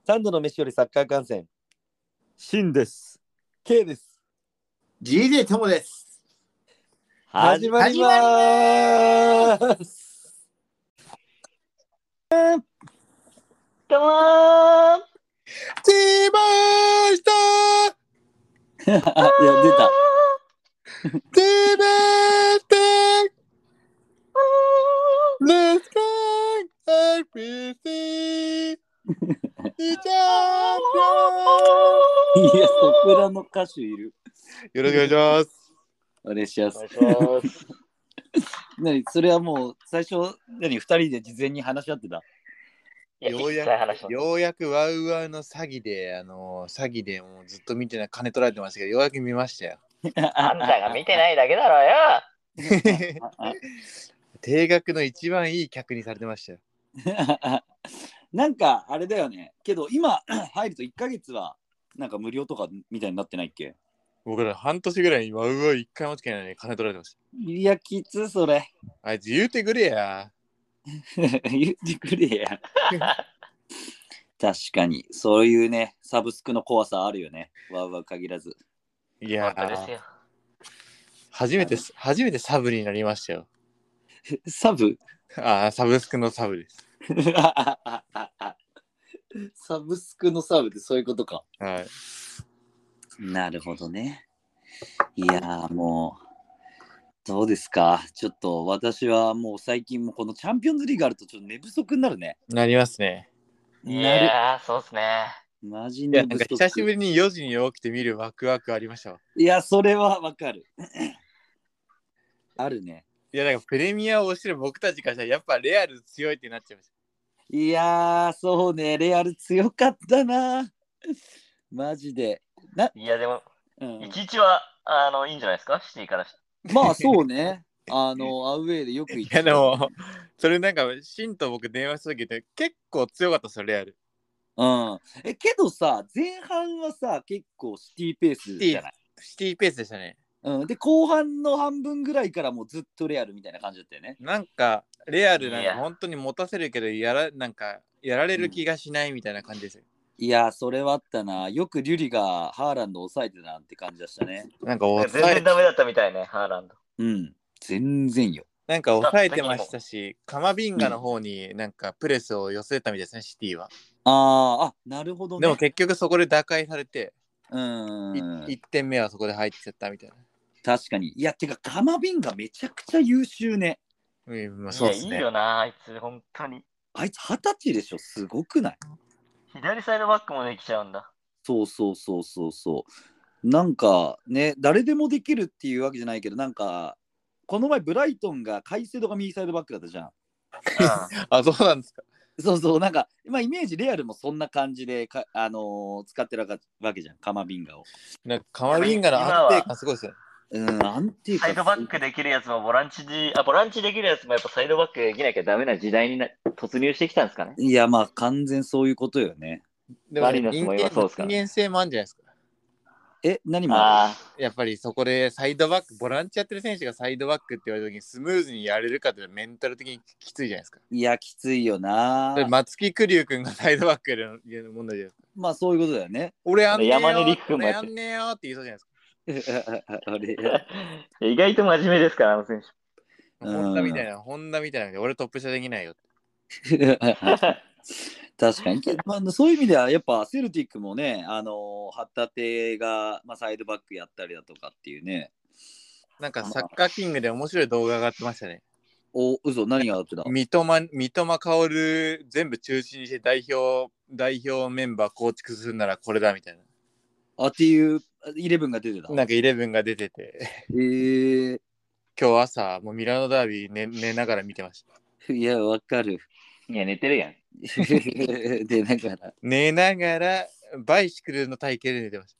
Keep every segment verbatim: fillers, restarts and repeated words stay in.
三度の飯よりサッカー観戦。 シンです。 K です。 ジージェー ともです。 始まりまーす。 どうもー。 来ましたいや、出た。 来ましたLet's goエフビーシー いちゃいや、ソプラノ歌手いる。 よろしくお願いします。 お願いします。 お願いします。 何それはもう最初、何二人で事前に話し合ってた。 いやようや一切話しません。 くようやくワウワウの詐欺であの詐欺でもうずっと見てない金取られてましたけど、ようやく見ましたよ。 あんたが見てないだけだろうよ。 定額の一番いい客にされてましたよ。 なんかあれだよね。けど今入るといっかげつはなんか無料とかみたいになってないっけ？ 僕ら半年ぐらいにワウワウ一回もつけないのに金取られてました。 いや、きつそれ。 あいつ言うてくれや。 言ってくれや。確かにそういうね、サブスクの怖さあるよね。ワウワウ限らず。 いや本当ですよ。 初めて初めてサブになりましたよ。 サブああ、サブスクのサブです。 サブスクのサブってそういうことか。 はい。 なるほどね。いやーもうどうですか。ちょっと私はもう最近もこのチャンピオンズリーグあるとちょっと寝不足になるね。 なりますね。 いなる。 やー、そうっすね。 マジいや、なんか寝不足。 久しぶりによじに起きて見るワクワクありましたわ。 いや、それはわかる。あるね。 いや、なんかプレミアをしてる僕たちからしたらやっぱレアル強いってなっちゃいました。 いやー、そうね、レアル強かったな。マジで。 いや、でも、 うん、 いちいちは、あの、いいんじゃないですか、シティからして。 まあそうね。あの、アウェーでよく言っいや、 てたでも、それなんか、シンと僕電話した時って結構強かったですよ、レアル。 うん。え、けどさ、前半はさ、結構シティペースじゃない？ シティペースでしたね。 うん。で、後半の半分ぐらいからもうずっとレアルみたいな感じだったよね。 なんか、レアルなんいやか本当に持たせるけど、やら、なんか、やられる気がしないみたいな感じですよ。 いや、それはあったな。よくリュリがハーランドを抑えてたなって感じだしたね。 なんか全抑え然ダメだったみたいね、ハーランド。 うん。全然よ。 なんか抑えてましたし、カマビンガの方になんかプレスを寄せたみたいですね、シティは。 あーあ、なるほどね。 でも結局そこで打開されて、 うーん。 いってんめはそこで入ってっちゃったみたいな。 確かに。いや、てか、カマビンガめちゃくちゃ優秀ね。 うん、まあ、 いや、 そうですね。 いいよな、あいつ、本当に。 あいつ二十歳でしょ。すごくない？ 左サイドバックもできちゃうんだ。 そうそうそうそうそう。なんかね、誰でもできるっていうわけじゃないけど、なんか、この前ブライトンがカイセドが右サイドバックだったじゃん。 あ、そうなんですか。 そうそう、なんか、まあ、イメージ、レアルもそんな感じでか、あのー使ってるわけじゃん、カマビンガを。 なんかカマビンガの安定感すごいですよね。 うん、安定感。 サイドバックできるやつもボランチで、あ、ボランチできるやつもやっぱサイドバックできなきゃダメな時代にな突入してきたんですかね。 いや、まあ、完全そういうことよね。 でも、ね、 マリノスも今そうですからね人間性もあるんじゃないですか。 え、何もああやっぱりそこでサイドバック、ボランチやってる選手がサイドバックって言われた時にスムーズにやれるかってメンタル的にきついじゃないですか。 る？いや、きついよな。 松木玖生君がサイドバックやる問題じゃないですか。 まあ、そういうことだよね。 俺やんねえよ山根陸君もやってる俺やんねえよって言いそうじゃないですか。 あれあ。意外と真面目ですから、あの選手。 ホンダみたいな、ホンダみたいな、俺トップ下できないよ。 確かに、まあ、そういう意味ではやっぱセルティックもね、あのー、旗手が、まあ、サイドバックやったりだとかっていうね。 なんかサッカーキングで面白い動画上がってましたね。 お、嘘、何が上がってた？ 三笘、三笘薫全部中心にして代表、代表メンバー構築するならこれだみたいな。 あっていうイレブンが出てた。 なんかイレブンが出てて。 えー、 今日朝、もうミラノダービー寝、寝ながら見てました。 いや、わかる。 いや、寝てるやん。 で、だから。 寝ながら、バイシクルの体型で寝てました。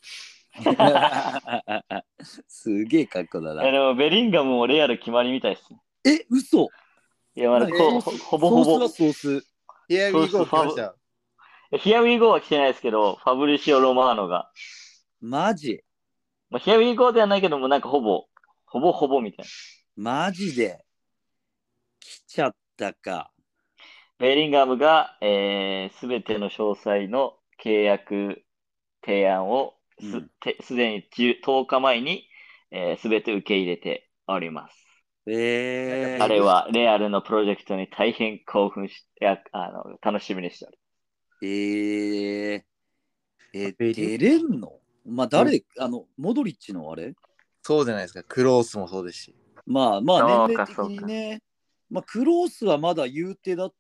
すげえ格好だな。 いや、でもベリンガムもレアル決まりみたいですね。 え、嘘？ いや、まだこうほほぼほぼ。 ソースはソース。 ヒアウィーゴー来ました。 ヒアウィーゴーは来てないですけど、ファブリシオ・ロマーノが。 マジ？ まあ、ヒアウィーゴーではないけども、なんかほぼ、ほぼほぼみたいな。マジで来ちゃったか。 ベリンガムが、えー、全ての詳細の契約提案をすうんてすでにじゅう とおかまえにすべ、えー、全て受け入れております。 えー、 彼はレアルのプロジェクトに大変興奮し、いやあの楽しみにしておりえー、え、 ベリ出れんの？まあ誰、あの、モドリッチのあれそうじゃないですか。クロースもそうですし。 まあまあそう年齢的かそうかにね、まあクロースはまだ言うてだって、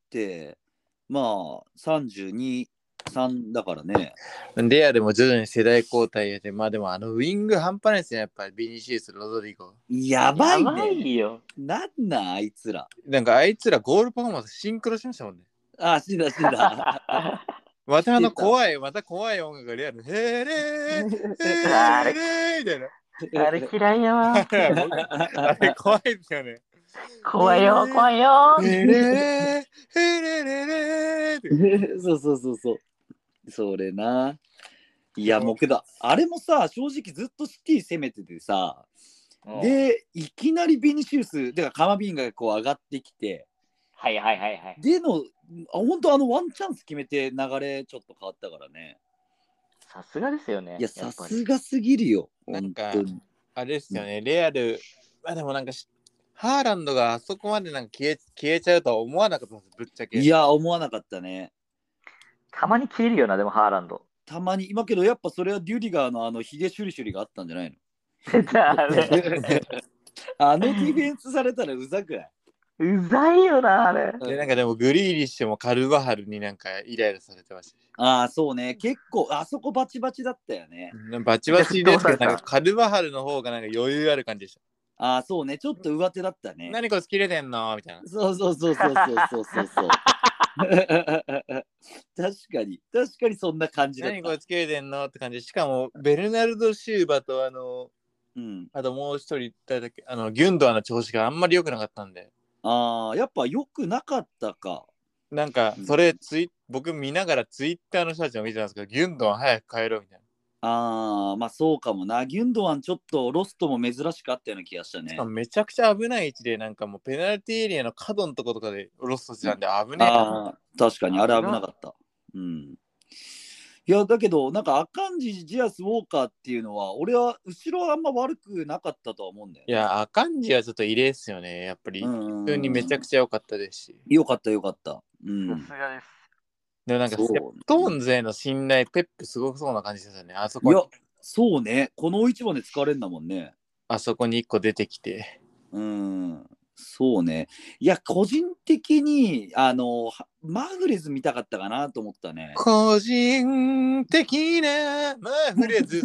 まあさんじゅうに、さんだからね。 レアルも徐々に世代交代やで、まあでもあのウィング半端ないですね、やっぱりビニシウス、ロドリゴ。 やばいやばね。 いよ。 なんなんあいつら。 なんかあいつらゴールパフォーマンスシンクロしましたもんね。 あ、死んだ死んだ。 またあのしてた怖い、また怖い音楽がレアル。へーれー、へあれーれーみたいな。 あれ嫌いやわ。 あれ僕あれ怖いですよね。 怖いよ、怖いよ。 へーれー、へーれれれーってそうそうそうそう。それな。いやもうけど、あれもさ、正直ずっとシティ攻めててさ、で、いきなりビニシウス、だからカマビンガがこう上がってきて、 はいはいはいはい。 での、あ本当あのワンチャンス決めて流れちょっと変わったからね。 さすがですよね。 いや、 やっぱりさすがすぎるよ。 なんか本当にあれですよね、レアル、まあでもなんかし、ハーランドがあそこまでなんか消え消えちゃうとは思わなかったです、ぶっちゃけ。 いや、思わなかったね。 たまに消えるよな、でもハーランド。 たまに、今けどやっぱそれはデュリガーのあのヒゲシュリシュリがあったんじゃないの出たあれあのディフェンスされたらうざくない？ うざいよな、あれ。 でなんかでもグリーリッシュもカルバハルになんかイライラされてましたし。 ああ、そうね。結構、あそこバチバチだったよね。 バチバチですけど、 どうされたなんかカルバハルの方がなんか余裕ある感じでした。 ああ、そうね。ちょっと上手だったね。 何これ切れてんのみたいな。 そうそうそうそうそうそうそう。確かに、確かにそんな感じだった。 何これつけてんのって感じで、しかもベルナルド・シューバとあの、 うん、 あともう一人誰だっけ、あのギュンドアの調子があんまり良くなかったんで、 ああ、やっぱ良くなかったか。 なんかそれツイ僕見ながらツイッターの人たちも見てたんですけど、ギュンドア早く帰ろうみたいな。 ああ、まあそうかもな。ギュンドアンちょっとロストも珍しかったような気がしたね。 しかもめちゃくちゃ危ない位置で、なんかもうペナルティーエリアの角のとことかでロストしてたんで危ねえな。 ああ、確かにあれ危なかった。うん。いや、だけど、なんかアカンジ、ジアス、ウォーカーっていうのは、俺は後ろはあんま悪くなかったとは思うんだよ、ね。 いや、アカンジはちょっと異例っすよね。やっぱり普通にめちゃくちゃ良かったですし。 よかったよかった。うん。 さすがです。 でもなんかそうストーンズへの信頼、ペップすごそうな感じですよね。あそこにいや、そうね。この一番で疲れんだもんね。 あそこに一個出てきて。 うん。そうね。いや、個人的に、あの、はマフレズ見たかったかなと思ったね。 個人的なマフレズ。 い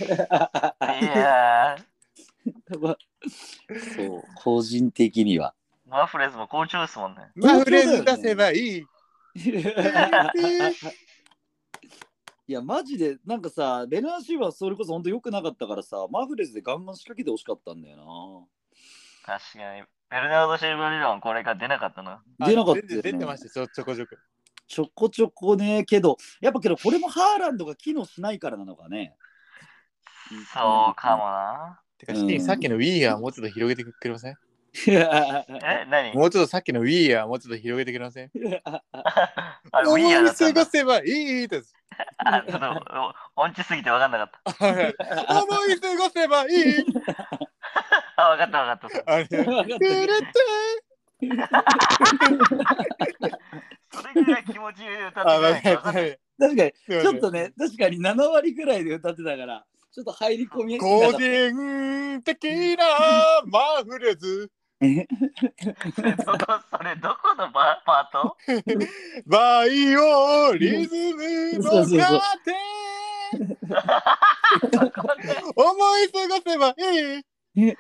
やそう、個人的には。 ー、マフレーズも好調ですもんね。 マフレズ出せばいい。 いや、マジで、なんかさ、ベルナーシーはそれこそ本当良くなかったからさ、マフレズでガンガン仕掛けてほしかったんだよ確かに。ベルナード・シェルバリロンこれが出なかったな。 な。出なかったよ出て出てね。 ました、ちょちょこちょこ。 ちょこちょこね、けど、やっぱけど、これもハーランドが機能しないからなのかね。 そうかもな。 てか、シティさっきのウィーアーもうちょっと広げてくれません？ え、何もうちょっとさっきのウィーアーもうちょっと広げてくれません？ あれ、ウィーアーだったんだ思い過ご。せばいいって。 あ、ちょっと、お音痴すぎて分かんなかった。 思い過ごせばいい。 あ、分かった分かった。 あれ、 分かったくれてそれぐらい気持ちいい歌ってあ、 ない分か分かんない。 かった。 確かに、 すいませんちょっとね、確かになな割ぐらいで歌ってたから、ちょっと入り込み個なかった人的なマフレズ。 それどこ、それどこのパパートバイオリズムのそうそうそう糧。思い過ごせばいい。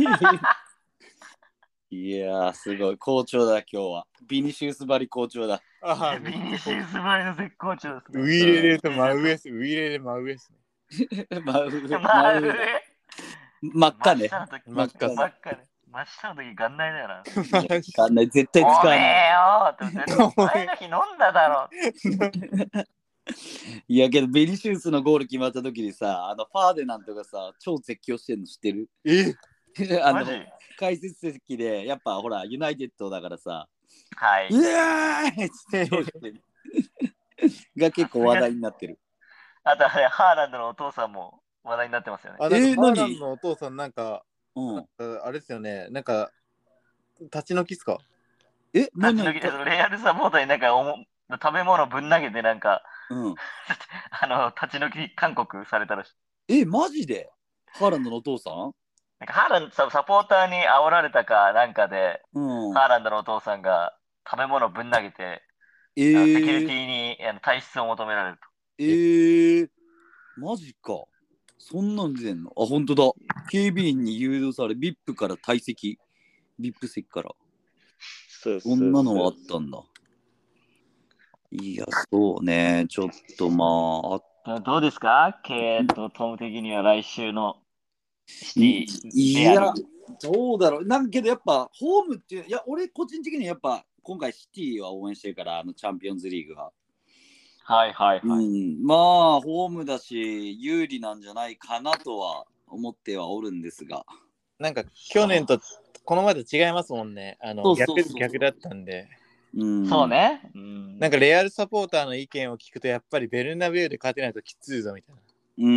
いやー、すごい。好調だ、今日は。ビニシウスバリ好調だ。 あビニシウスバリの絶好調ですね。 ウイレレと真上です。ウイレレ真上ですね。 真上、 まあ、 真上だ真っ赤ね。 真下の時真っ赤真っ赤ね。真下の時元内だよな。 わかんない。絶対使わおめない。 えよーって絶対前の日飲んだだろ。 いやけど、ベニシウスのゴール決まった時にさ、あのファーデナントがさ、超絶叫してんの知ってる？ えあのマジ解説席で、やっぱほら、ユナイテッドだからさ、 はい。 うわーいっつって超してるが結構話題になってる。 あとあれ、ハーランドのお父さんも話題になってますよね。 あ、なんかえーハーランドのお父さんなんか、 うんなんかあれですよね、なんか、立ち退きっすか？ え、 立何々 ち退きで、そのレアルサポーターになんかおも食べ物ぶん投げてなんか、 うん。 あの、立ち退き勧告されたらしい。 え、マジでハーランドのお父さん？ なんかハーランドササポーターに煽られたかなんかで、 うん。 ハーランドのお父さんが食べ物ぶん投げて、 えあのセキュリテー、 ィにあの退出を求められると。 えー、マジか。そんなん出んの？あ、本当だ。警備員に誘導され、ブイアイピー から退席。ブイアイピー 席から。 そうそんなのはあったんだ。いや、そうね。ちょっとまあ、 どうですかケイとトム的には来週のシテいィ、 いレアルや、どうだろう。なんかけどやっぱ、ホームっていう、いや、俺個人的にはやっぱ、今回シティは応援してるから、あのチャンピオンズリーグは。 はいはいはい。 うん、まあ、ホームだし、有利なんじゃないかなとは思ってはおるんですが。 なんか去年とこの前と違いますもんね。あのそうそうそう逆逆だったんで。 うん、 そう。ね。うんなんかレアルサポーターの意見を聞くとやっぱりベルナベウで勝てないときついぞみたいな。 うん、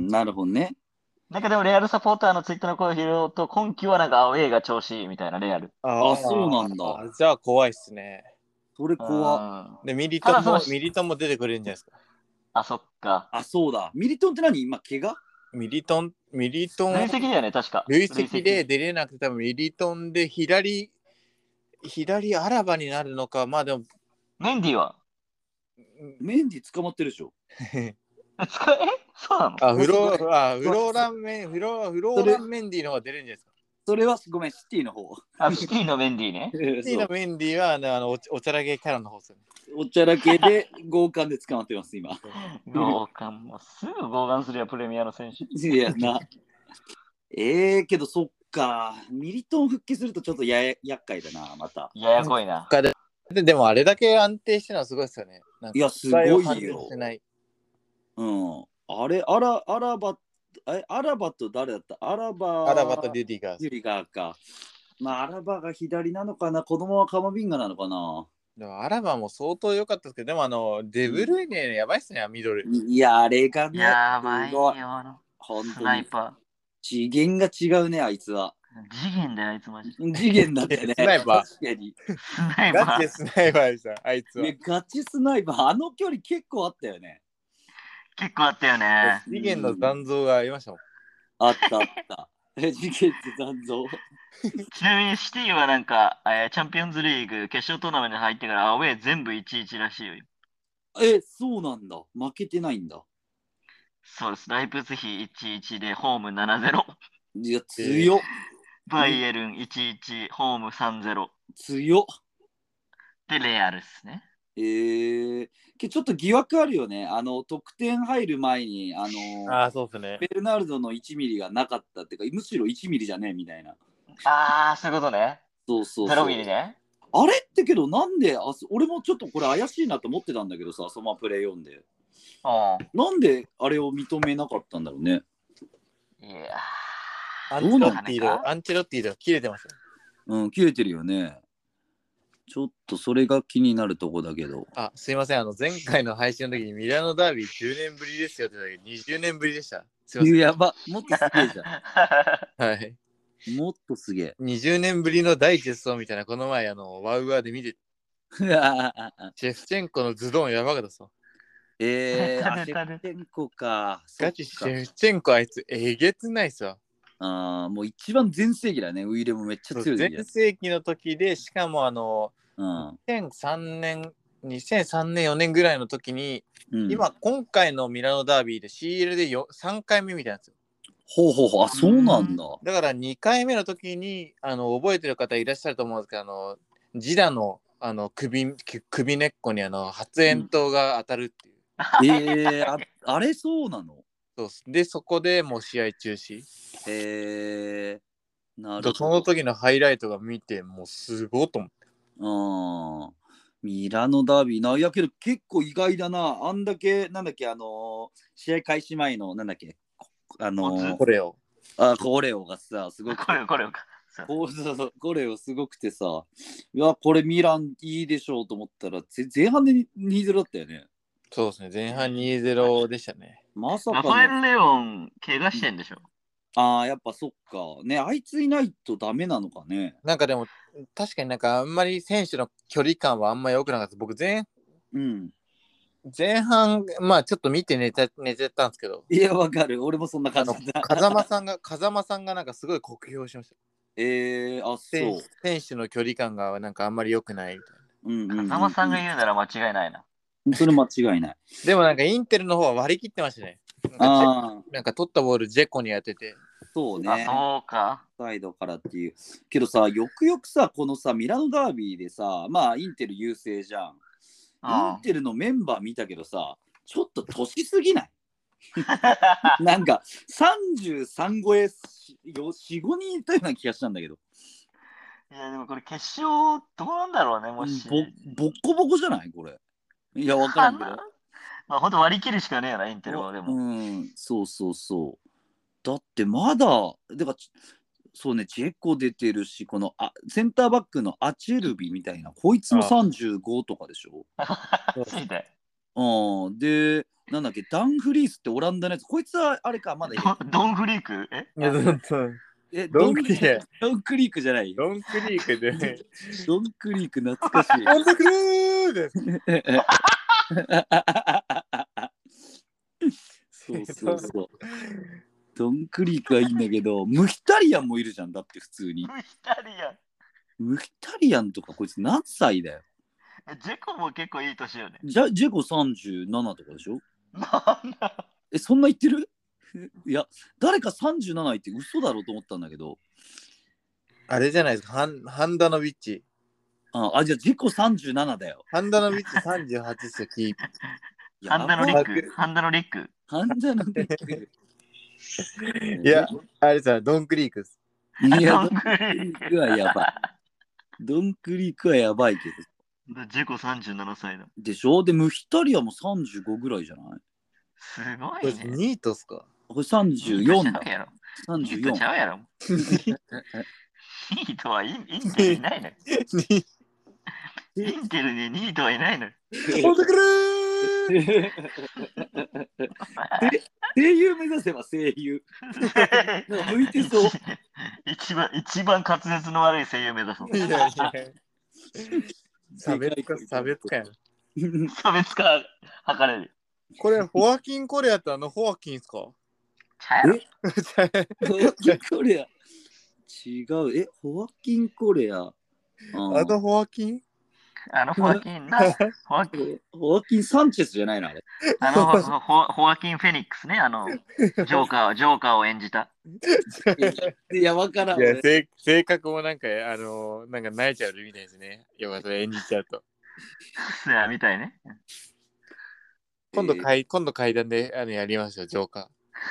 なるほどね。 なんかでもレアルサポーターのツイッターの声を拾うと、今季はなんかアウェーが調子いいみたいなレアル。 あそうなんだあじゃあ怖いっすね。 それ怖っ。 うんでミリトンただそのもミリトンも出てくれるんじゃないですか。 あ、そっか。 あ、そうだ。ミリトンって何今、怪我？ ミリトンミリトン累積だよね、確か。 累積で累出れなくて多分ミリトンで左左あらばになるのかまあでもメンディーはメンディ捕まってるでしょ。 え使えそうなのあフロごめんあフローランメンフロフローランメンディーの方が出るんじゃないですか。 それはごめん、シティの方。 あ、シティのメンディーね。 シティのメンディーはあのあのおおちゃらけキャラの方ですよね。 おちゃらけで強姦で捕まってます、今。 強姦もすぐ強姦するよ、プレミアの選手。 いやな。ええけどそっか。ミリトン復帰するとちょっとやや厄介だな、また。 ややこいな。 ででもあれだけ安定してるのはすごいですよね。なんかいや、すごい期待を感じよて。ないうん。あれ、アラ、アラバ、え、アラバと誰だったアラバ。 アラバとデュディガー。 ユリガーか。まあ、アラバが左なのかな子供はカマビンガなのかなでもアラバも相当良かったですけど、でもあのデブルイネやばいっすね、ミドル。 いや、あれがね、 やばいよすごい、 あの本スナイ当に。 パ次元が違うね、あいつは。 ー。次元だよ、あいつマジで。 次元だってね。 スナイパー確かに。 スナイパーガチで。スナイパーでした、あいつは。 いやガチスナイパー、あの距離結構あったよね。 結構あったよね。 次元の残像がありましたもん。 あったあった。え次元って残像。 ちなみにシティはなんか、えーチャンピオンズリーグ決勝トーナメントに入ってからアウェー全部いちいちらしいよ。 え、そうなんだ。負けてないんだ。 そうです。ライプツヒいちいちでホームななたいゼロ。 いや、強っ。 バイエルンいちいち、ホームさんたいゼロ。 強っ。 で、レアルですね。 えー、けちょっと疑惑あるよね。あの、得点入る前に、あの、 ああ、そうですね。 ベルナルドのいちミリがなかったっていうか、むしろいちミリじゃねえみたいな。 あー、そういうことね。 そうそうそう。 ゼロミリね。 あれってけど、なんで、あ俺もちょっとこれ怪しいなと思ってたんだけどさ、そのプレイ読んで。 うん。 なんであれを認めなかったんだろうね。 いやアンチロッティの、アンチロッティが切れてますよ。 うん、切れてるよね。ちょっとそれが気になるとこだけど。 あ、すいません。あの、前回の配信の時にミラノダービーじゅうねんぶりですよって言ったけど、にじゅうねんぶりでした。すいません。 やば、もっとすげえじゃはい。 ん。もっとすげえ。 にじゅうねんぶりの大決闘みたいな、この前、あの、ワウワウで見て、シェフチェンコのズドンやばかったさ。 えー、 出たあシ出た出たェフチェンコか。 ガチシそっかェフチェンコあいつ、えげつないさ。 あーもう一番全盛期だね。ウイレもめっちゃ強いじゃん全盛期の時で、しかもあの、 うんにせんさんねん、にせんさんねん、よねんぐらいの時に、 うん、 今、今回のミラノダービーで シーエル でよさんかいめみたいなんですよ。 ほうほうほう、あ、そうなんだ。 だからにかいめの時にあの覚えてる方いらっしゃると思うんですけど、あのジダのあの首首根っこにあの発煙筒が当たるっていう。 えー、ああれそうなの？ そうっす。で、そこでもう試合中止。 えー、なるほど。 その時のハイライトが見て、もうすごいと思って。 うんミラノダービーな。いやけど結構意外だな。あんだけ、なんだっけ、あのー試合開始前の、なんだっけ、あのーこれを。 あコレオがさ、すごくこれ、これか。 すよ。 こうそうそうこれをすごくてさ、いや、これミランいいでしょうと思ったら、ぜ前半でにたいゼロだったよね。 そうですね。前半にたいゼロでしたね。 まさかラファエル・の。 レオン、怪我してんでしょ。 ああ、やっぱそっか。ね、あいついないとダメなのかね。 なんかでも、確かになんかあんまり選手の距離感はあんまり良くなかったです。僕前、 うん。 前半、まあちょっと見て寝て寝てたんですけど、 いや、わかる。俺もそんなあの感じだ。 風間さんが、風間さんがなんかすごい酷評しました。 えー、あ、 選そう。 選手の距離感がなんかあんまり良くないみたいな。 うんうんうんうん風間さんが言うなら間違いないな。 それ間違いない。 でもなんかインテルの方は割り切ってましたね。なんかジェああ、 なんか取ったボールジェコに当てて。 そうあ、 ね。 そうか。 サイドからっていう。けどさ、よくよくさ、このさ、ミラノダービーでさ、まあ、インテル優勢じゃん。 うんインテルのメンバー見たけどさ、ちょっと年すぎないなんかさんじゅうさん超えしよよん、ごにんいたような気がしたんだけど。 いや、でもこれ決勝、どうなんだろうね、もし。 ぼぼっこぼこじゃないこれ。いや、わからんけど。 まあ、ほんと割り切るしかねえな、インテルはでも。 うん、そうそうそう。だってまだ、だからそうね、ジェコ出てるし、このあセンターバックのアチェルビみたいな、こいつもさんじゅうごとかでしょ。 ついて。 うん、で、なんだっけ、ダンフリースってオランダのやつ、こいつはあれか、まだいる。 ドドンフリークえいや、どんどんえドンクリークドンクリークじゃないよ。 ドンクリークで。 ドンクリーク懐かしい。 ドンクリークで。 そうそうそう。ドンクリークはいいんだけど、ムヒタリアンもいるじゃん、だって普通に。 ムヒタリアン。 ムヒタリアンとかこいつ何歳だよ。 えジェコも結構いい年よね。 じゃジェコさんじゅうななとかでしょ。 なんだえ、そんな言ってるいや、誰かさんじゅうなな言って嘘だろうと思ったんだけど。 あれじゃないですか、ハンハンダノビッチ。 あ、あじゃあ自己さんじゅうななだよ。 ハンダノビッチさんじゅうはちですよ、キープ。 ハンダのリやばック。ハンダのリック。 ハンダのリック。 いや、あれさ、ドンクリークです。 いや、 ドンドンククリーリークはやばい。ドンクリークはやばいけど。 ジェコさんじゅうななさいだ。 でしょ。で、ムヒタリアンもさんじゅうごぐらいじゃない。 すごこれいね。 ニートっすか？ これさんじゅうよんだ。 やろ。 さんじゅうよんニートち。ゃうやろ。ニートはインインテルいないのよ。インテルにニートはいないのよ。 ほんとくれー声優目指せば声優。なんか向いてそう。 一番、一番滑舌の悪い声優目指そう。 いやいや。差別化、差別化やな。 差別化図れる。 これ、ホアキン・コレアってあのホアキンっすか？ ちゃうやろ。 ホワキンコレア。違う。え、ホワキンコレア。ああのホアキン？ あのホワキンな。ホワキン、 ホワキン・サンチェスじゃないのあれ。 あのホホホワキン・フェニックスね。あの、ジョーカー、ジョーカーを演じた。 いや、わからん。 いや、 俺性性格もなんか、あの、なんか泣いちゃうみたいですね。やっぱそれ演じちゃうと。 そや、みたいね。 今度かい、今度階段であのやりましょう、ジョーカ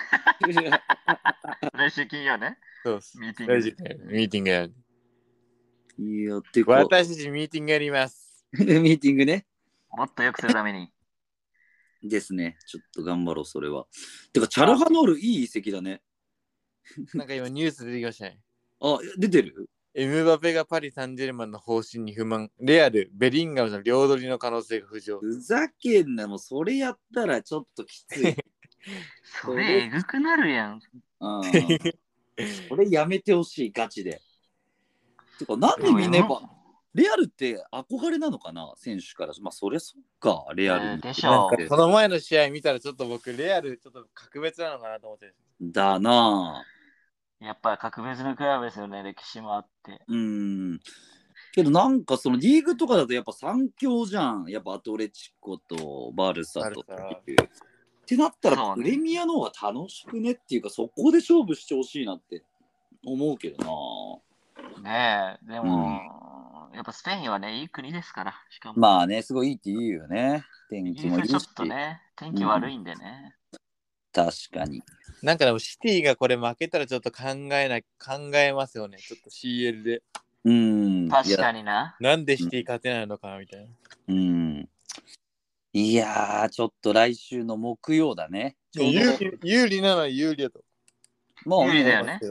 来週金曜ね。 ー。そうっす。 ミーティング大事ミーティングやる。 いや、てか、 私たちミーティングやります。 ミーティングね。 もっと良くするために。 ですね。ちょっと頑張ろう、それは。てか、チャルハノールいい遺跡だね。 なんか今ニュース出てきましたね。 あ、出てる。 エムバペがパリ・サンジェルマンの方針に不満。レアル、ベリンガムの両取りの可能性が浮上。 ふざけんな、もうそれやったらちょっときつい。 それ、えぐくなるやん。 うん。それやめてほしい、ガチで。てか、なんでみんなやっぱ、レアルって憧れなのかな、選手から。まあ、そりゃそっか、レアルに。 えーでしなんょかこの前の試合見たらちょっと僕、レアルちょっと格別なのかなと思って。 だなぁ。 やっぱ格別のクラブですよね、歴史もあって。 うん。けどなんかそのリーグとかだとやっぱ三強じゃん。やっぱアトレチコとバルサとっていう。ってなったらプレミアの方が楽しくねっていうか、そこで勝負してほしいなって思うけどねえ、でも、やっぱスペインはね、いい国ですから。しかも、 な。まあね、すごいいいって言うよね。天イ気もいいし。 ギリスちょっとね、天気悪いんでね。 確かに。 なんかでもシティがこれ負けたらちょっと考えな考えますよね。ちょっと シーエル で。 うん。 確かにな。 なんでシティ勝てないのかなみたいな。 うん。いやー、ちょっと来週の木曜だね。ちょうど有利有利なのは有利だと。 もう有利だよね。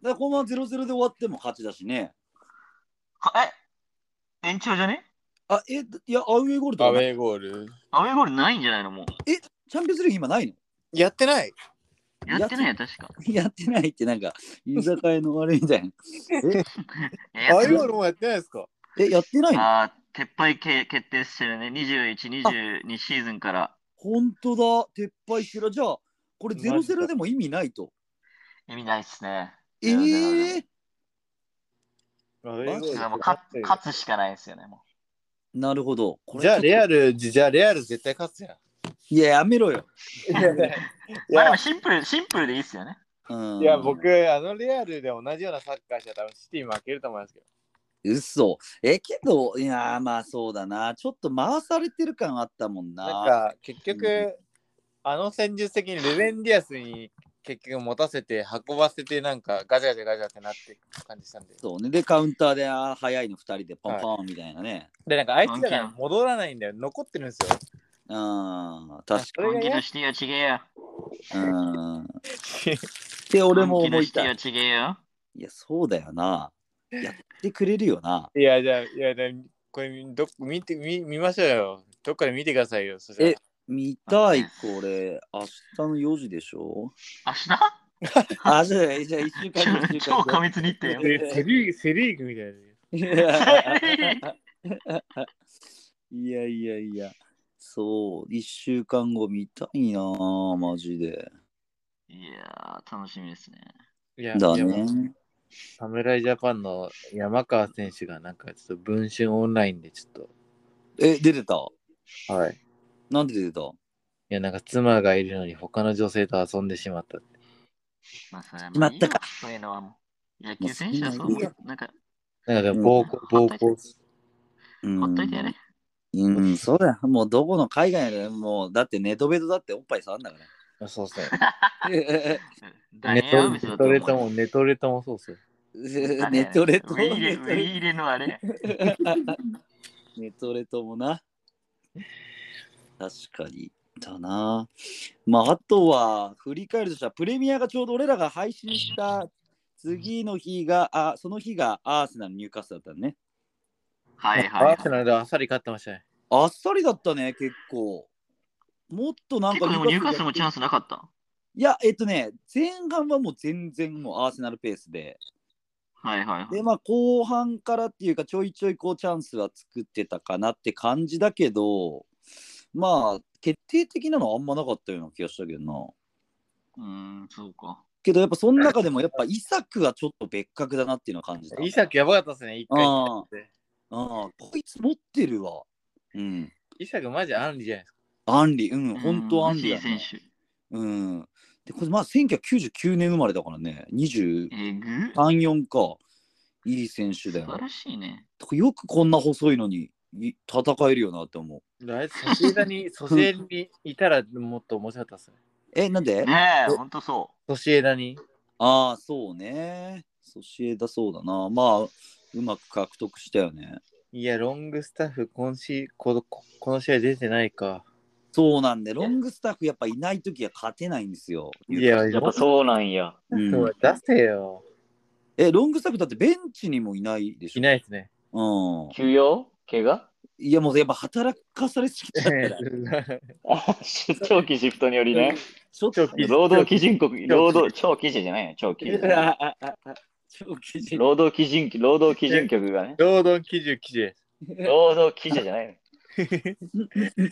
からこのままゼロゼロで終わっても勝ちだしね。 はえ延長じゃね？ あ、え、いや、アウェーゴールとアウかない。 ェーゴール。 アウェーゴールないんじゃないのもう。 チャンピオンズリーグ今ないの？ やってない。 やってないよ、確か。 やってないってなんか、居酒屋の悪いみたいな。 えやってないアウェーゴールもやってないですか？ え、やってないの？ あー撤廃け決定してるね。にじゅういち、にじゅうにシーズンから。 ほんとだ、撤廃してる。じゃあ、これゼロゼロでも意味ないと。 意味ないっすね。 えー、 アウェーゴールだからもう勝つ勝つしかないですよね、もなるほど。これじゃあレアル。 ル、じゃあレアル絶対勝つやん。 いや、やめろよ。 いう。まあでもシンプル、シンプルでいいっすよね。 うん、 や、僕、あのレアルで同じようなサッカーしたら多分シティ負けると思いますけど。 嘘。え、けど、いや、まあそうだな。ちょっと回されてる感あったもんな。 なんか結局、 うんあの戦術的にルベンディアスに結局持たせて運ばせてなんかガチャガチャガチャってなっていく感じしたんで。 そうね。で、カウンターであ早いのふたりでポンポンみたいなね。 で、なんかあいつらが戻らないんだよ。残ってるんですよ。 うん、確か本気それがねのシティはちげえよ。 に。うん。って俺も本気の思いたい。 シティはちげえよ。 いや、そうだよな。やってくれるよな。 いや、じゃあ、いや、でこれど見て見見ましょうよ。どっかで見てくださいよ。そしたらえ、見たい、これ。明日のよじでしょ？ 明日あ、じゃあ、じゃあいっしゅうかん後、いっしゅうかん後超過密日程よ。 えセリーグ、セリーグみたいな。 いやいやいや、そう、いっしゅうかんご見たいなぁ、マジで。 いやー、楽しみですね。 いや、 だいやね。 侍ジャパンの山川選手がなんかちょっと文春オンラインでちょっと、 え、出てた？ はい。いなんで出てた？ や、なんか妻がいるのに他の女性と遊んでしまったって。 まあ、それは決まったか。 そういうのはもう。野球選手はそうもうそんなんいいよ。 なんか、 なんか暴行、暴行。 うん、 ほっといてやれ。 うん、そうだよ。もうどこの海外でもう、だってネトベトだっておっぱい触んだかあそうっすね。 ら。 ネトダニエル・アウベスだネと思うトレトも、ネトレトもそうっすよ。 ネトレトウィーレ、ウィーレのあれ。 ネトレトもな。確かに。だな。まあ、あとは、振り返るとしたら、プレミアがちょうど俺らが配信した次の日が、あ、その日がアーセナル・ニューカッスルだったね。 はいはい、 アーセナルであっさり勝ってましたね。 あっさりだったね、結構。もっとなんか結構でもニューカッスルもチャンス。 スなかった。 いや、えっとね、前半はもう全然もうアーセナルペースで。 はいはいはい。 で、まあ、後半からっていうか、ちょいちょいこうチャンスは作ってたかなって感じだけど、まあ、決定的なのはあんまなかったような気がしたけどな。 うーん、そうか。 けど、やっぱその中でも、やっぱイサクはちょっと別格だなっていうのは感じた。 イサクやばかったっすね、一回ああ、こいつ持ってるわ。うん。 イサクマジアンリじゃないですか。 アンリ、うん、本当アンリだ、 いい選ね。 手。 うん。で、これまあせんきゅうひゃくきゅうじゅうきゅうねん生まれだからね、にじゅうえぐさん、よんか。いい選手だよ。 素晴らしいね。 よくこんな細いのにい戦えるよなって思う。 あいつソシエダに、ソシエダにいたらもっと面白かったっすね。 え、なんで？ ねえ、ほんとそソシエダに。 ああ、そうね。ソシエダそうだな。まあ、うまく獲得したよね。 いや、ロングスタッフ今シこの、ここの試合出てないか。 そうなんで、ロングスタッフやっぱいないときは勝てないんですよ。 いや、 う。やっぱそうなんや。 うん出せよ。 え、ロングスタッフだってベンチにもいないでしょ。 いないですね。 うん。 休養怪我いやもうやっぱ働かされすぎちゃったら。 あ、長期シフトによりね。 ちょっと労働基準国、労働、超基準じゃないよ、超基準。 長期人労働基準、労働基準局がね。 労働基準基準。 労働基準じゃないの。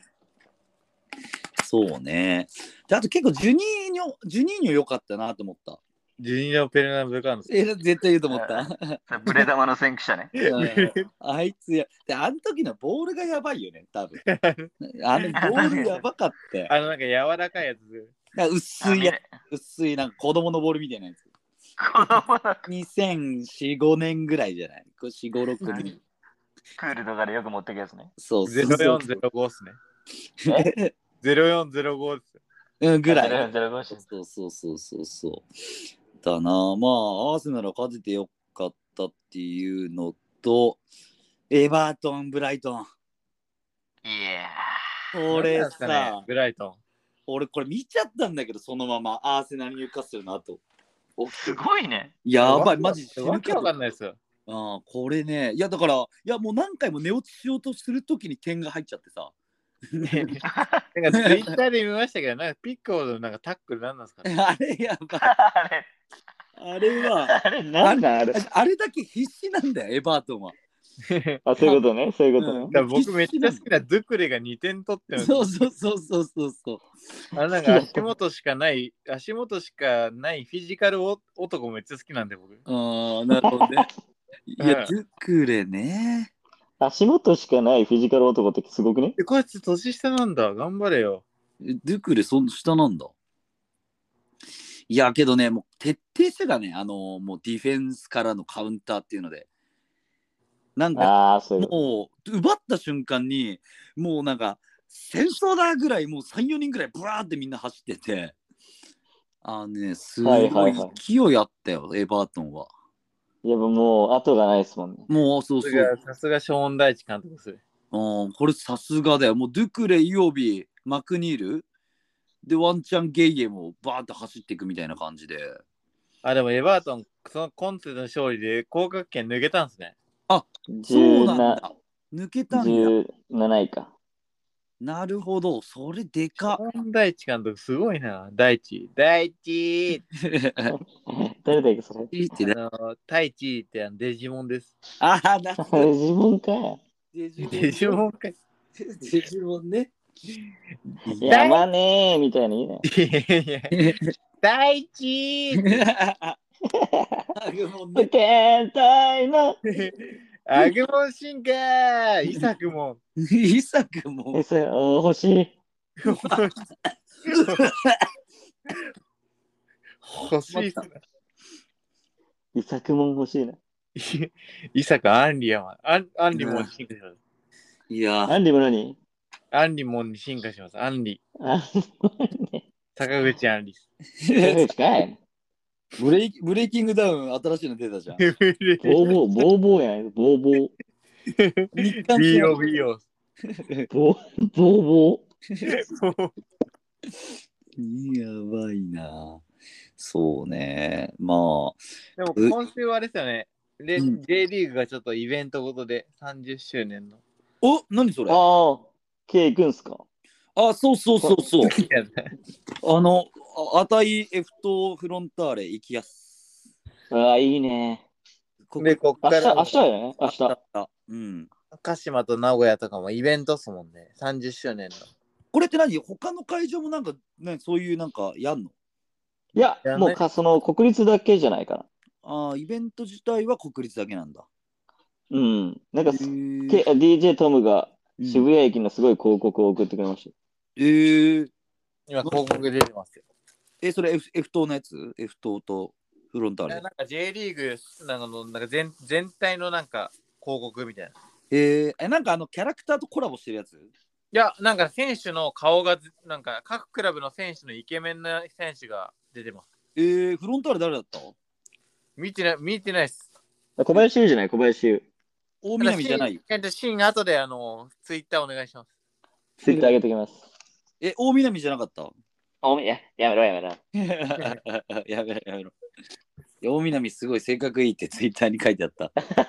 そうね。であと結構ジュニーニョ、ジュニーニョ良かったなと思った。 ジュニア・ペルナブカーノス。 え、絶対言うと思った。 ブレ玉の先駆者ね。 うんあいつや、で、あの時のボールがやばいよね、多分。あのボールやばかったよ。 あのなんか柔らかいやつ。 なんか薄いや薄いなんか子供のボールみたいなやつ。 子供のにせんよん、ごねんぐらいじゃないこれ ?よん、ご、ろくねん。 プールとかでよく持ってくやつね。 そうそうゼロよんゼロごっすね。ゼロよんゼロごです。 うん、ぐらい。 ゼロよんそうそうそうそうそう。だなまあ、アーセナルは勝ててよかったっていうのと、エバートン、ブライトン。 いや俺なんすかねさ、 ブライトン。 俺これ見ちゃったんだけど、そのままアーセナル・ニューカッスルの後。 すごいね。 やばい、マジ死わけわぬけど。 かんないですよ。 あーこれね、いやだから、いやもう何回も寝落ちしようとするときに点が入っちゃってさ。 なんかツイッターで見ましたけど、なんかピッコロのなんかタックルなんなんですかね。 あれやばい。 あれ、 あれは、 あれ、 なんなんあれ。 あれだけ必死なんだよ、エバートンは。 あ、そういうことね。そういうことね。 うんだから僕めっちゃ好きなドゥクレがにてん取ってるんですそうそうそうそうそうそう。 あなんか足元しかない、足元しかないフィジカルお男めっちゃ好きなんで僕。 ああ、なるほどね。いや、 うんドゥクレね。 足元しかないフィジカル男ってすごくね。 え、こいつ年下なんだ。頑張れよ。 えドゥクレ、そん下なんだ。いや、けどね、もう徹底してたね、あのもうディフェンスからのカウンターっていうので。なんか、 ああ、そういうこもう、奪った瞬間に、もうなんか、戦争だぐらい、もうさん、よにんぐらい、ブワーってみんな走ってて、あのね、すごはいいはいはい勢いあったよ、エバートンは。 と。いや、もう後がないですもんね。 もう、そうさすそう。 がさすがショーン大地監督です。 うん、これさすがだよ。もうドゥクレ、イオビ、マクニール、で、ワンチャンゲイエもバーって走っていくみたいな感じで。 あ、でもエバートン、そのコンセの勝利で降格圏抜けたんですね。 そうなんだ。抜けたんや。 じゅうなないか。 なるほど。それでシかョーン大地監督すごいな。大地。大地っ。 誰だっけ、それ。 いいってね。 あの、タイチってあのデジモンです。 ああ、なるほど。 自分かよ。 デジモンデジモンか。いデジモンね。 やまねーみたいに言うね。 やいや大地あグモンね。 天体の。 アグモン進化イサクモン。 イサクもえ、それ、お欲しい。 欲しいっすね。 遺作も欲しいな。 イサクアンリやわ。アンアンリモンに進化します。 いやアンリも何アンリモンに進化します。アンリ。 あ、ね。 坂口アンリ。 坂口かい。 ブレイブレイキングダウン新しいの出たじゃん。 ボーボー、ボーボーやん。ボーボー。 日韓ビーオ戦ビーオボー、ボーボやばいな。そうね。までも今週はあれですよね。で、 うん J リーグがちょっとイベントごとでさんじゅっしゅうねんの。 あ。お、何それ。あー。ああ、K 行くんすか。 あ、そうそうそうそう。 いやあの、ああたいエフトフロンターレ行きやす。 ああ、いいね。 こで、こっ明日、 から明日やね。明日。 あうん。 鹿島と名古屋とかもイベントっすもんね。さんじゅっしゅうねんの。 これって何他の会場もなんか、ね、そういうなんかやんのいやいや、ねもうか、その国立だけじゃないかな。 ああ、イベント自体は国立だけなんだ。 うん。なんか、 へ K- ーディージェー トムがうん渋谷駅のすごい広告を送ってくれました。 えー、 今、広告出てますよ。 え、それ F, F 党のやつ ?F 党とフロンターレ。 いやなんか J リーグなんかのなんか全全体のなんか広告みたいな。いえー、え、なんかあのキャラクターとコラボしてるやつや、なんか選手の顔がず、なんか各クラブの選手のイケメンな選手が出てます。 えー、フロンターレ誰だった見てない、見てないっす。 小林優じゃない小林優。 大南じゃない。 えっと、シーン後であの、ツイッターお願いします。 ツイッター上げておきます。 え、大南じゃなかったおや、やめろやめろ。 やめろやめろ。いや大南すごい性格いいってツイッターに書いてあった。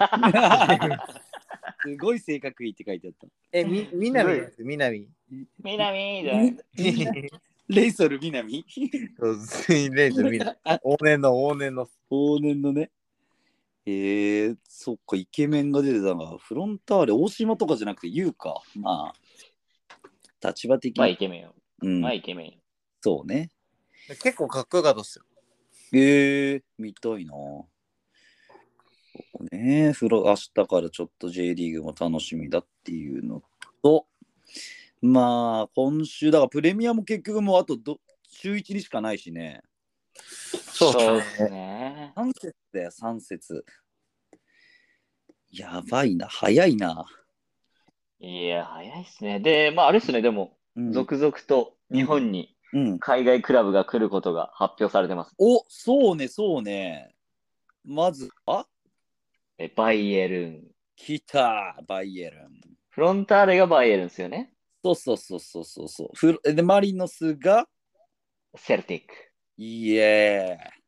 すごい性格いいって書いてあった。 え、み、みなみです、みなみ。 みなみーレイソル南そうレイズみな。往年の往年の。 往年のね。えー、そっか、イケメンが出てたが、フロンターレ、大島とかじゃなくて、言うか。まあ、立場的まあ、 に。 イケメンよ。 うん、 まあ、イケメンよ。 そうね。 結構かっこよかったっすよ。 えー、見たいな。そうね、フロ明日からちょっと J リーグも楽しみだっていうのと、まあ、今週、だからプレミアも結局もうあとど週いちにしかないしね。 そうですね。 さん節だよ、さん節。やばいな、早いな。 いや、早いっすね。で、まあ、あれっすね、でも、 うん、 続々と日本にうん。 海外クラブが来ることが発表されてます。 お、そうね、そうね。まず、あえバイエルン。 来た、バイエルン。 フロンターレがバイエルンですよね。 そうそうそうそうそうそう。フロで、マリノスが、 セルティック。 イエー。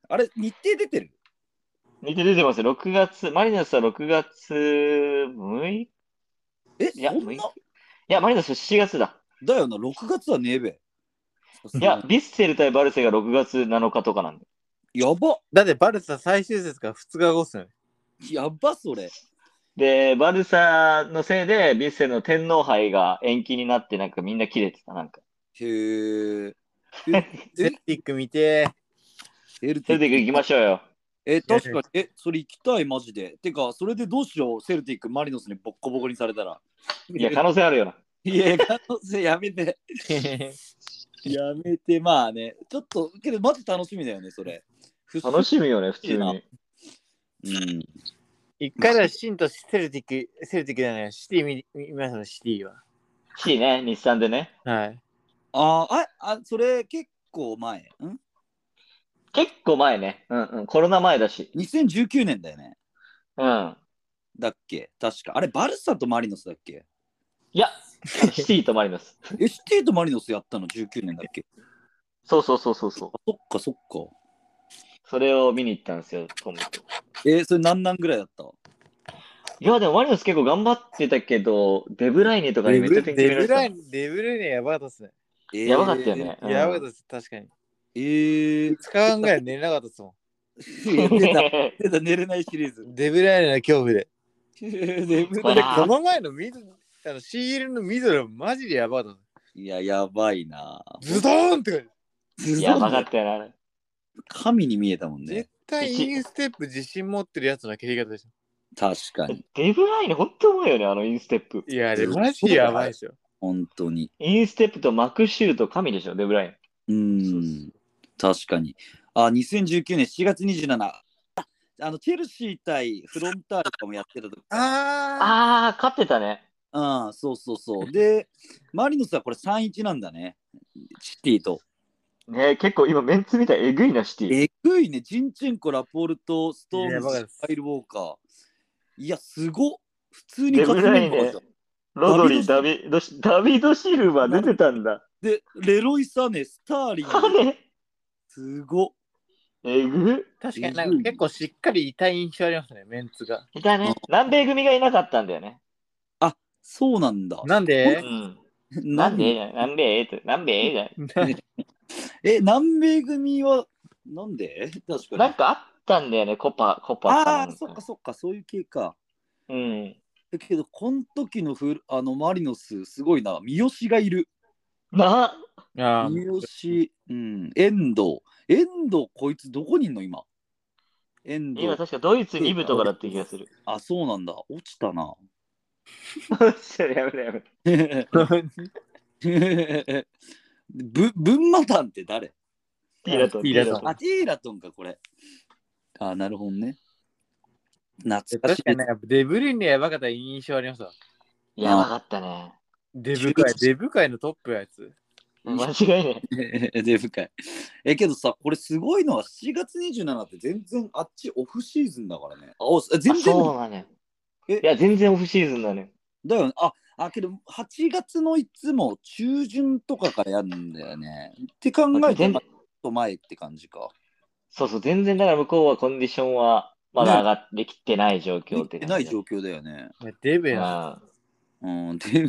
あれ、日程出てる？ 似て出てますよ。ろくがつ、マリノスはろくがつむいか、 え、 いや、 そんなむいかいや、マリノスしちがつだ。 だよな、ろくがつはねえべ。 いや、ヴィッセル対バルセがろくがつなのかとかなんで。 やば。 だってバルサ最終節からふつかごっすよね。 やば、それ。 で、バルサのせいで、ヴィッセルの天皇杯が延期になって、なんかみんな切れてた、なんか。 へえ。 セルティック見てセルセルティック行きましょうよ。 え、確かに、え、それ行きたい、マジで。てか、それでどうしよう、セルティック、マリノスにボッコボコにされたら。 いや、可能性あるよな。 いや、可能性やめて。やめて、まあね。ちょっと、けど、マジ楽しみだよね、それ。 楽しみよね、普通いいなに。 うん。 一回だシンとセルティック、セルティックじゃない、シティ見見ましたね、シティは。 シティね、日産でね。 はい。 あーあ、あ、それ結構前。ん結構前ね。うんうん。コロナ前だし。 にせんじゅうきゅうねんだよね。 うん。 だっけ確か。あれ、バルサとマリノスだっけ？ いや、あのシティとマリノス。 え、シティとマリノスやったのじゅうきゅうねんだっけ？ そうそうそうそうそう。 あ、そっかそっか。 それを見に行ったんですよ、トムと。 えーそれ何なんぐらいだった？ いや、でもマリノス結構頑張ってたけど、デブライネとかにめっちゃ点決められてたデブライ。ン、デブライネやばかったっすね。 えーやばかったよね。うんやばかったっす、確かに。 えーふつかかんぐらい寝れなかったっすもいや出た、出た、寝れないシリーズ。 ん。デブライネの恐怖で。 眠れで、 まあこの前のミドあの シーエル のミドルはマジでやばかったっいや、やばいな。 す。ズドーンって感じ。 やばかったよなあれ。 神に見えたもんね絶。対インステップ自信持ってるやつの蹴り方でし確かに。 デブライネほんとうまいよね、あのインステップ。 ょ。いや、あれマジやばいですよ。 本当に。 インステップとマクシュート神でしょ、デブライネ。 うーん。確かに。あ、にせんじゅうきゅうねんしちがつにじゅうしちにち。あの、チェルシー対フロンターレとかもやってた時。 ああー、勝ってたね。 うん、そうそうそう。で、マリノスはこれさんたいいちなんだね。シティと。 ね結構今メンツ見たらえぐいな、シティ。 えぐいね。ジンチェンコ、ラポルト、ストーンズいやばかったです、 カイル・ウォーカー。いや、すごっ。普通にデブ勝つライネメンバーじゃん。、 ロドリ、ダビドシダビド・シルバー出てたんだ。 で、レロイ・サネ、スターリング。 ハネすごっ。 えぐ確かになんか結構しっかり痛い印象ありますね、メンツが。 いたね。南米組がいなかったんだよね。 あ、そうなんだ。 なんうでん。 ななんで南米って、南米じゃえ、南米組は、なんで確かに。 なんかあったんだよね、コパ、コパかああ、 なんか。 そっかそっか、そういう系か。 うん。 だけど、この時のフルあのマリノス、すごいな。三好がいる。 な、 あ三好、うん、遠藤。遠藤、こいつどこにいんの今。遠藤。 今確かドイツに部とかだった気がする。 あ、そうなんだ。落ちたな。 やめろやめろ。 ぶブンマタンって誰？ ティーラトン、 ティーラトンあ、ティーラトンか、これ。あ、なるほどね。懐かしい確か。になんかデブルイネやばかった印象ありますわ。 やばかったね。 デブ界、デブ界のトップやつ。 間違いね。 で、深い。え、けどさ、これすごいのはしちがつにじゅうしちにちって全然あっちオフシーズンだからね。あ、お全あ然そうだね。 えいや、全然オフシーズンだね。 だよね。あ、あ、けどはちがつのいつも中旬とかからやるんだよね。って考えて全も、ちょっと前って感じか。 そうそう、全然だから向こうはコンディションはまだ上がってきてない状況ってできて感じない状況だよね。 デブやうん。で、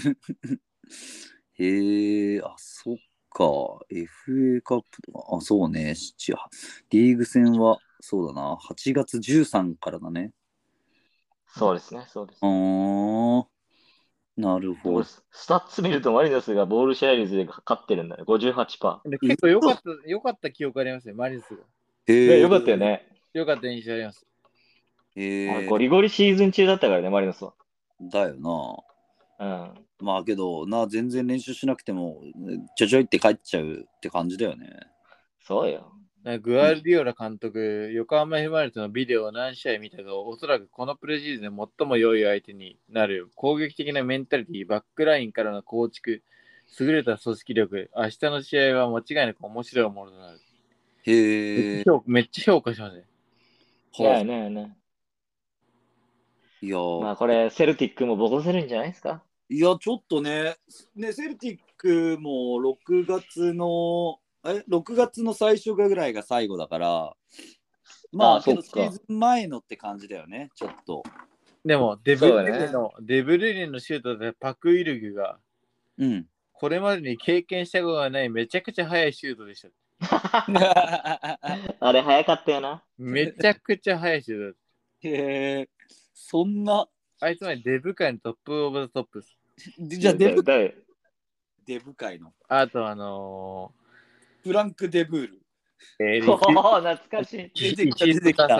へえ、あ、そっか。エフエー カップとか、あ、そうね。七リーグ戦は、そうだな。はちがつじゅうさんにちからだね。 そうですね、そうです。 あー、なるほど。 スタッツ見るとマリノスがボール支配率で勝ってるんだね。ごじゅうはちパーセン結構良かった、良かった記憶ありますね、マリノスが。 へト。ね、 え、 よかったよ。ね。 良かった印象あります。 へえ、 ゴリゴリシーズン中だったからね、マリノスは。 だよな。 うん。 まあけどな、全然練習しなくても、ちょちょいって帰っちゃうって感じだよね。 そうよ。 グアルディオラ監督、横浜 F ・マリノスのビデオを何試合見たか、おそらくこのプレシーズンで最も良い相手になる攻撃的なメンタリティ、バックラインからの構築、優れた組織力、明日の試合は間違いなく面白いものとなる。 へえ。 めっちゃ評価しますね。 いやねね。 いや、 まあこれ、セルティックもボコせるんじゃないですか。 いや、ちょっとね、ね、セルティックもろくがつの、え、ろくがつの最初ぐらいが最後だから、 まあ、 あけどシそっかーズン前のって感じだよね、ちょっと。 でも、デブそうだねルリの、デブルリのシュートでパク・イルグが、 うん。 これまでに経験したことがないめちゃくちゃ速いシュートでした。 あれ早かったよな。 めちゃくちゃ速いシュートだっへえ、そんな、 た。あいつまでデブ界のトップオブザトップです。 じゃあデブ、 誰デブ界の。 あとあのフランク・デブール。 ー、えおー、 ー懐かしい。 出てきた、 石出てきた塚さん。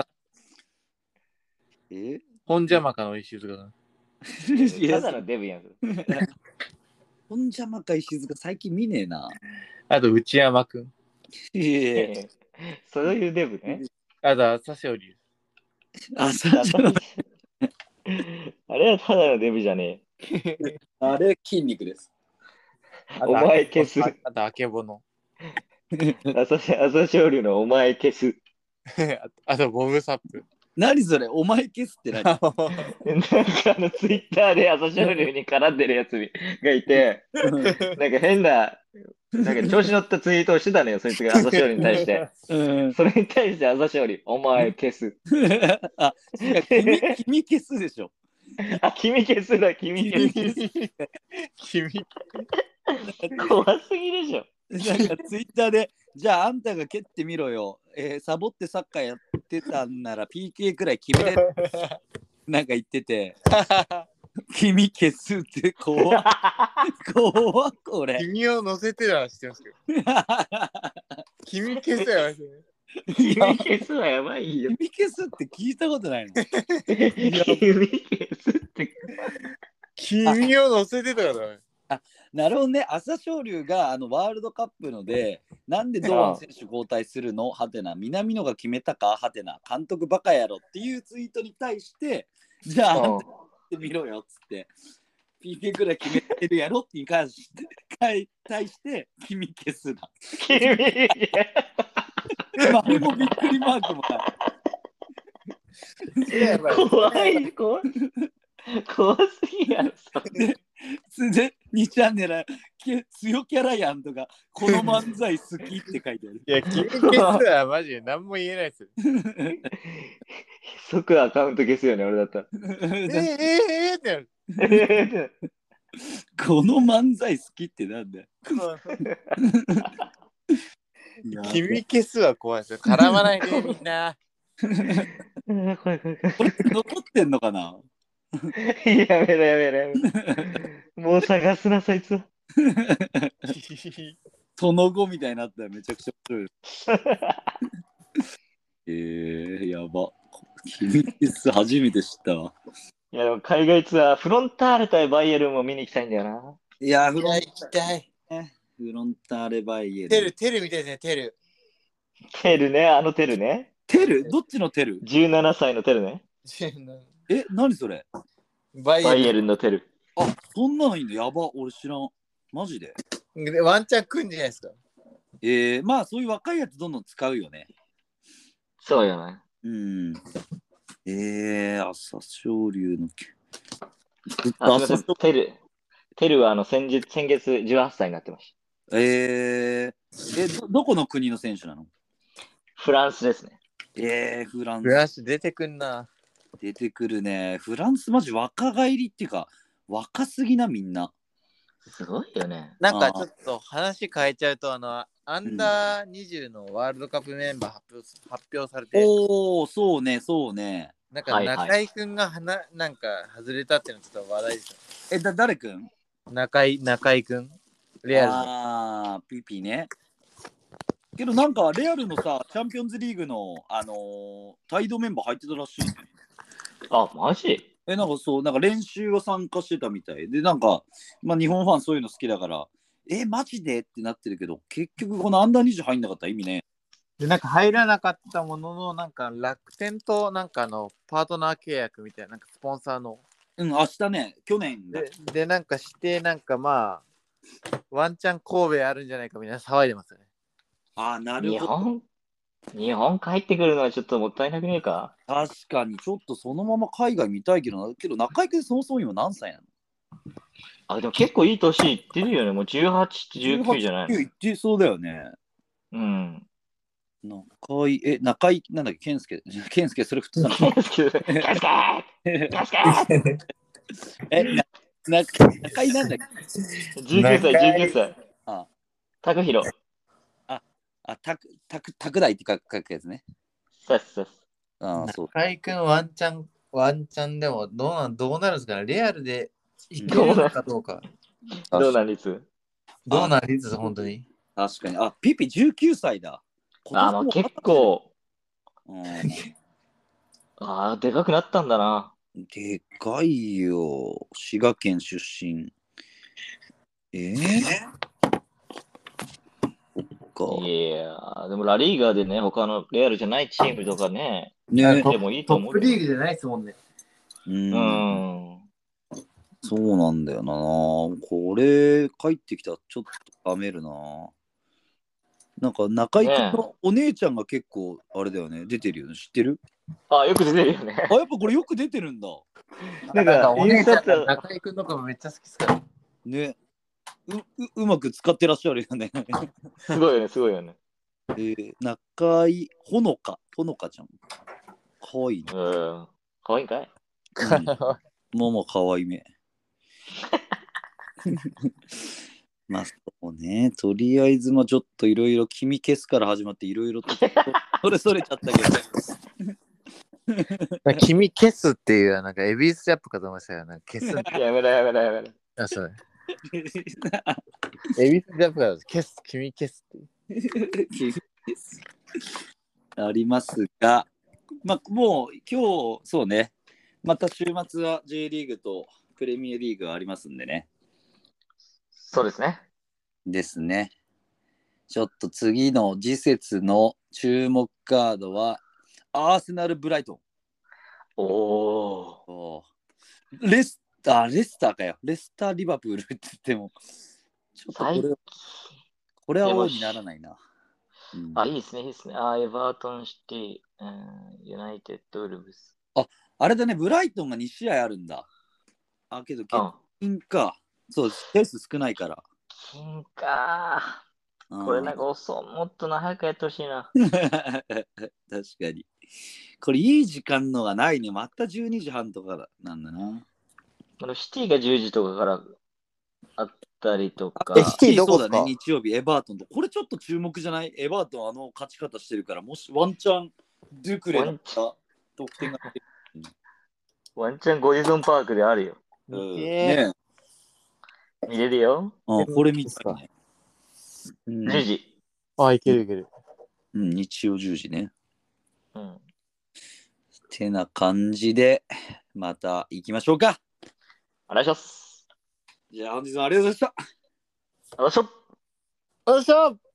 え本邪魔かの石塚さん。 いやただのデブやん。 ほんじゃまか石塚最近見ねえな。 あと内山くん。 いやいやそういうデブね。 あと朝青龍。 あ、そうじゃないあれはただのデブじゃねあれ筋肉です。 え。お前消す。 ああとあけぼの。 朝青龍のお前消す。 あとボブサップ。 何それお前消すって何なんかあのツイッターで朝青龍に絡んでるやつがいて、なんか変な、なんか調子乗ったツイートをしてたのよ、そいつが朝青龍に対して。 うん、 それに対して朝青龍、お前消す。 あ、違う君、君消すでしょ。 あ、君消すだ、君消す。 君。 怖すぎでしょ。 なんかツイッターで、じゃああんたが蹴ってみろよ。えーサボってサッカーやってたんなら ピーケー くらい決めれなんか言ってて、君消すって怖っ怖っこれ。 君を乗せてたら知ってますけど。君消せよ。 君消すはやばいよ。 君消すって聞いたことないの。 君消すって。 君を乗せてたからね。 なるほどね、朝青龍があのワールドカップので、なんで堂安選手交代するのはてな、南野が決めたかはてな、監督バカやろっていうツイートに対して、じゃあ、あんたやってみろよっつって、ピーケー くらい決めてるやろってに関して対して、君消すな。 君消す。 まあ、あれもびっくりマークもない。 怖い、怖い。怖すぎやろ、それ。 それでにチャンネル強キャラやんとか、この漫才好きって書いてある。 いや、君消すはマジで何も言えないですよ。 即アカウント消すよね、俺だったら。 えー、えー、えー、ってなる。 この漫才好きってなんだよ。 君消すは怖いですよ。絡まないでみんな。 怖い怖い怖い。 これ残ってんのかなやめろやめろやめろ。もう探すな、そいつは。 その後みたいになったらめちゃくちゃ面白い。えー、やば。君です初めて知ったわ。 いや、でも海外ツアー、フロンターレ対バイエルンも見に行きたいんだよな。 いや、フロン行きたい。 フロンターレバイエルン。 テル、テルみたいですね、テル。 テルね、あのテルね。 テルどっちのテルじゅうななさいのテルね。 え、何それバイバイエエルルンのテル。 あ、そんなのいいんだ。やば、俺知らん。マジで。 ン。ワンチャン来んじゃないですか。 えー、まあそういう若いやつどんどん使うよね。 そうよね。 うん。えー、朝青龍の。 あ、すみません、テル。テルはあの先日、先月じゅうはっさいになってましえー、えど、どこの国の選手なのた。フランスですね。 えー、フランフランス出てくんな。 出てくるね。フランスマジ若返りっていうか、若すぎなみんな。 すごいよね。 なんかちょっと話変えちゃうと、あの、アンダーにじゅうのワールドカップメンバー発表発表されて、 おー、そうね、そうね。 なんかはいはい中井くんがはななんか外れたっていうのちょっと話題ですよ。 え、だ、誰くん中井、中井くん。レアルの。 あー、ピピね。けどなんか、レアルのさ、チャンピオンズリーグの、あのー、帯同メンバー入ってたらしいね。 あ、マジえ、なんかそう、なんか練習は参加してたみたいで、なんか、まあ日本ファンそういうの好きだから、え、マジでってなってるけど、結局このアンダーにじゅう入んなかったら意味ね。 で、なんか入らなかったものの、なんか楽天となんかあのパートナー契約みたいな、なんかスポンサーの。 うん、明日ね、去年だで、でなんかして、なんかまあ、ワンチャン神戸あるんじゃないかみたいな騒いでますよね。 あー、なる日ほど。 本日本帰ってくるのはちょっともったいなくねえか。 確かに、ちょっとそのまま海外見たいけどな、けど中居君そもそも今何歳なのあ、でも結構いい年いってるよね。もうじゅうはち、じゅうきゅうじゃないの。 いってそうだよね。 うん。 う中井、え、中井、なんだっけ、健介。健介、それ振ってたのキャスケーキャスケーえ、な中中井なんだっけ。 じゅうきゅうさい、じゅうきゅうさい。 あ、 タクヒロ。 あ、たく、たく、たくだいって書く書くやつね。 そうっすそうっす。 ああ、そう。 中井くんワンチャン、ワンチャンでもどうなんどうなるんですかねレアルでいけるのかどうか。 どうなん率どうなるです本当に。 確かに。あ、ピピじゅうきゅうさいだ。 あ、まあ結構、 うん。 ああ、でかくなったんだな。 でかいよ。滋賀県出身。えー、そっか。 いやー、でもラリーガーでね、他のレアルじゃないチームとかね、 ね。 でもいいとト思うよ。 ップリーグじゃないですもんね。 う。 うんん。 そうなんだよな。これ、帰ってきたらちょっと冷めるな。なんか中井くんのお姉ちゃんが結構あれだよね。出てるよね。知ってる？ あ、よく出てるよね。 あ、やっぱこれよく出てるんだ。 なんなんかか、 お姉ちゃんインスタってが中井くんのことめっちゃ好きっすから。 ね。う、う、うまく使ってらっしゃるよね。 すごいよね、すごいよね。 えー、中井ほのか、ほのかちゃん。かわいいね。 うん。かわいいんかいうん、まあまあかわいいめ。まあそうね、とりあえずまあちょっといろいろ君消すから始まっていろいろとそれそれちゃったけど。 君消すっていうなんかエビスジャップかと思いましたよ。なんか消す。 やめろやめろやめろ。 あ、そうエビスジャップかと消す。君消すっていう。 ありますが、まあもう今日そうね、また週末は J リーグとプレミアリーグがありますんでね。 そうですね。 ですね。ちょっと次の次節の注目カードはアーセナル・ブライトン。 おおレスター、レスターかよ。レスター・リバプールって言っても、ちょっとこれこれは王にならないな。うん、 あ、いいですね、いいですね。あ、エバートンシティ、うん、ユナイテッド・ウルブス。 あ、あれだね、ブライトンがに試合あるんだ。あ、けど、欠勤か。そう、ペース少ないから。 金か。これなんか遅もっとな早くやってほしいな。 確かに。これいい時間のがないね。またじゅうにじはんとかなんだな。 シティがじゅうじとかからあったりとか。 え、シティどこそうっすか？ だね、日曜日、エバートンと。これちょっと注目じゃない？エバートンあの勝ち方してるから、もしワンチャンドゥクレだった得点が出てる。 ワンチャンゴディゾンパークであるよ。 うんねえ。 見れるよ。 あ、これ見たいね。うんじゅうじ。 あ、いけるいける。 うん、日曜じゅうじね。 うん。 てな感じで、また行きましょうか。 お願いします。 じゃあ本日もありがとうございました。 よいしょ。 よっしゃ